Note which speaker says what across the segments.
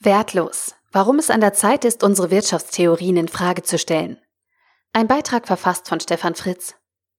Speaker 1: Wertlos. Warum es an der Zeit ist, unsere Wirtschaftstheorien in Frage zu stellen. Ein Beitrag verfasst von Stefan Fritz.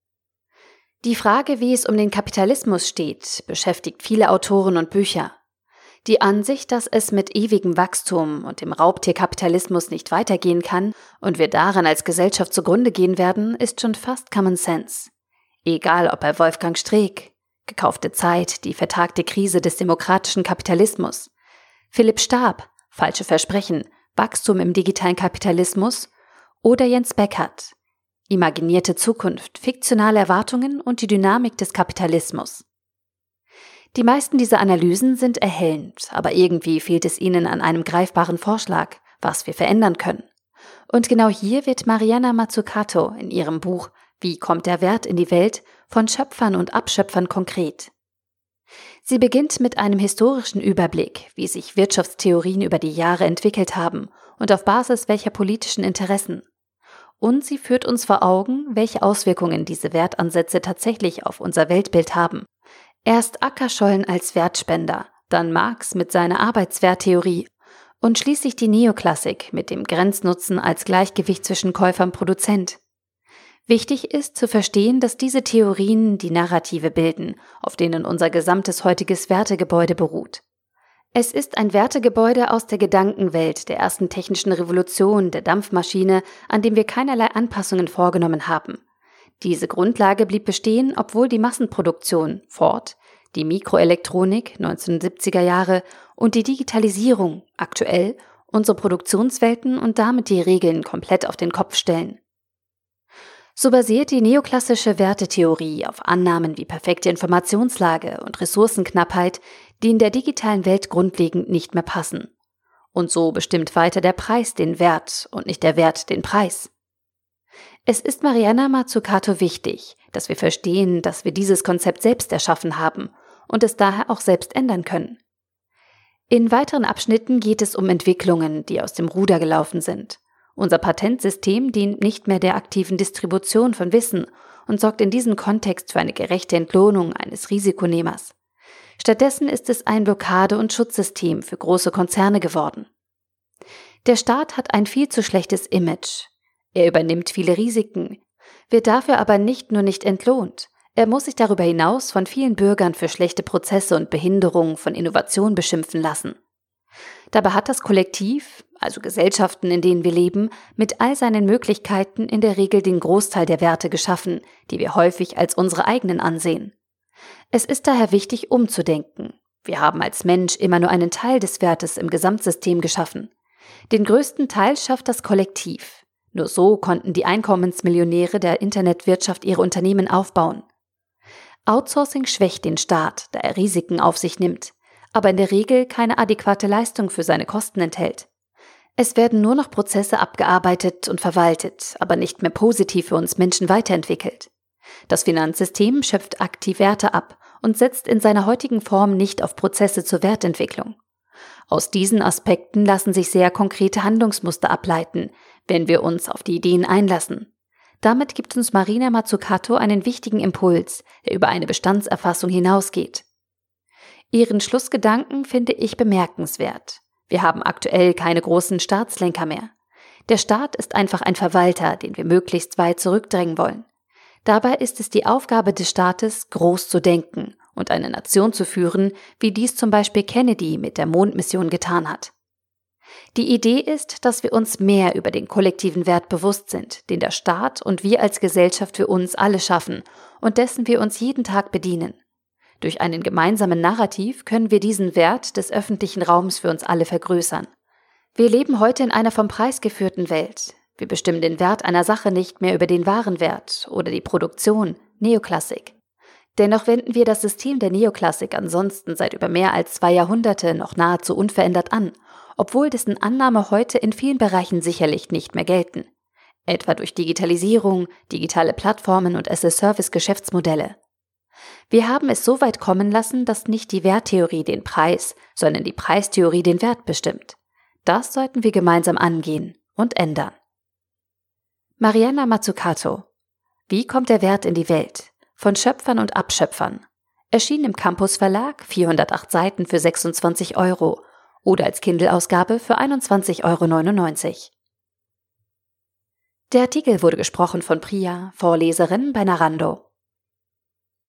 Speaker 1: Die Frage, wie es um den Kapitalismus steht, beschäftigt viele Autoren und Bücher. Die Ansicht, dass es mit ewigem Wachstum und dem Raubtierkapitalismus nicht weitergehen kann und wir daran als Gesellschaft zugrunde gehen werden, ist schon fast Common Sense. Egal ob bei Wolfgang Streeck, Gekaufte Zeit, die vertagte Krise des demokratischen Kapitalismus, Philipp Stab, falsche Versprechen, Wachstum im digitalen Kapitalismus oder Jens Beckert, imaginierte Zukunft, fiktionale Erwartungen und die Dynamik des Kapitalismus. Die meisten dieser Analysen sind erhellend, aber irgendwie fehlt es ihnen an einem greifbaren Vorschlag, was wir verändern können. Und genau hier wird Mariana Mazzucato in ihrem Buch »Wie kommt der Wert in die Welt« von Schöpfern und Abschöpfern konkret. Sie beginnt mit einem historischen Überblick, wie sich Wirtschaftstheorien über die Jahre entwickelt haben und auf Basis welcher politischen Interessen. Und sie führt uns vor Augen, welche Auswirkungen diese Wertansätze tatsächlich auf unser Weltbild haben. Erst Ackerschollen als Wertspender, dann Marx mit seiner Arbeitswerttheorie und schließlich die Neoklassik mit dem Grenznutzen als Gleichgewicht zwischen Käufer und Produzent. Wichtig ist zu verstehen, dass diese Theorien die Narrative bilden, auf denen unser gesamtes heutiges Wertegebäude beruht. Es ist ein Wertegebäude aus der Gedankenwelt der ersten technischen Revolution, der Dampfmaschine, an dem wir keinerlei Anpassungen vorgenommen haben. Diese Grundlage blieb bestehen, obwohl die Massenproduktion, Ford, die Mikroelektronik, 1970er Jahre und die Digitalisierung, aktuell, unsere Produktionswelten und damit die Regeln komplett auf den Kopf stellen. So basiert die neoklassische Wertetheorie auf Annahmen wie perfekte Informationslage und Ressourcenknappheit, die in der digitalen Welt grundlegend nicht mehr passen. Und so bestimmt weiter der Preis den Wert und nicht der Wert den Preis. Es ist Mariana Mazzucato wichtig, dass wir verstehen, dass wir dieses Konzept selbst erschaffen haben und es daher auch selbst ändern können. In weiteren Abschnitten geht es um Entwicklungen, die aus dem Ruder gelaufen sind. Unser Patentsystem dient nicht mehr der aktiven Distribution von Wissen und sorgt in diesem Kontext für eine gerechte Entlohnung eines Risikonehmers. Stattdessen ist es ein Blockade- und Schutzsystem für große Konzerne geworden. Der Staat hat ein viel zu schlechtes Image. Er übernimmt viele Risiken, wird dafür aber nicht nur nicht entlohnt. Er muss sich darüber hinaus von vielen Bürgern für schlechte Prozesse und Behinderungen von Innovation beschimpfen lassen. Dabei hat das Kollektiv, also Gesellschaften, in denen wir leben, mit all seinen Möglichkeiten in der Regel den Großteil der Werte geschaffen, die wir häufig als unsere eigenen ansehen. Es ist daher wichtig, umzudenken. Wir haben als Mensch immer nur einen Teil des Wertes im Gesamtsystem geschaffen. Den größten Teil schafft das Kollektiv. Nur so konnten die Einkommensmillionäre der Internetwirtschaft ihre Unternehmen aufbauen. Outsourcing schwächt den Staat, da er Risiken auf sich nimmt, aber in der Regel keine adäquate Leistung für seine Kosten enthält. Es werden nur noch Prozesse abgearbeitet und verwaltet, aber nicht mehr positiv für uns Menschen weiterentwickelt. Das Finanzsystem schöpft aktiv Werte ab und setzt in seiner heutigen Form nicht auf Prozesse zur Wertentwicklung. Aus diesen Aspekten lassen sich sehr konkrete Handlungsmuster ableiten, wenn wir uns auf die Ideen einlassen. Damit gibt uns Mariana Mazzucato einen wichtigen Impuls, der über eine Bestandserfassung hinausgeht. Ihren Schlussgedanken finde ich bemerkenswert. Wir haben aktuell keine großen Staatslenker mehr. Der Staat ist einfach ein Verwalter, den wir möglichst weit zurückdrängen wollen. Dabei ist es die Aufgabe des Staates, groß zu denken und eine Nation zu führen, wie dies zum Beispiel Kennedy mit der Mondmission getan hat. Die Idee ist, dass wir uns mehr über den kollektiven Wert bewusst sind, den der Staat und wir als Gesellschaft für uns alle schaffen und dessen wir uns jeden Tag bedienen. Durch einen gemeinsamen Narrativ können wir diesen Wert des öffentlichen Raums für uns alle vergrößern. Wir leben heute in einer vom Preis geführten Welt. Wir bestimmen den Wert einer Sache nicht mehr über den Warenwert oder die Produktion, Neoklassik. Dennoch wenden wir das System der Neoklassik ansonsten seit über mehr als 2 Jahrhunderte noch nahezu unverändert an, obwohl dessen Annahme heute in vielen Bereichen sicherlich nicht mehr gelten. Etwa durch Digitalisierung, digitale Plattformen und as-a-Service-Geschäftsmodelle. Wir haben es so weit kommen lassen, dass nicht die Werttheorie den Preis, sondern die Preistheorie den Wert bestimmt. Das sollten wir gemeinsam angehen und ändern. Mariana Mazzucato. Wie kommt der Wert in die Welt? Von Schöpfern und Abschöpfern. Erschienen im Campus Verlag, 408 Seiten für 26 € oder als Kindle-Ausgabe für 21,99 €. Der Artikel wurde gesprochen von Priya, Vorleserin bei Narando.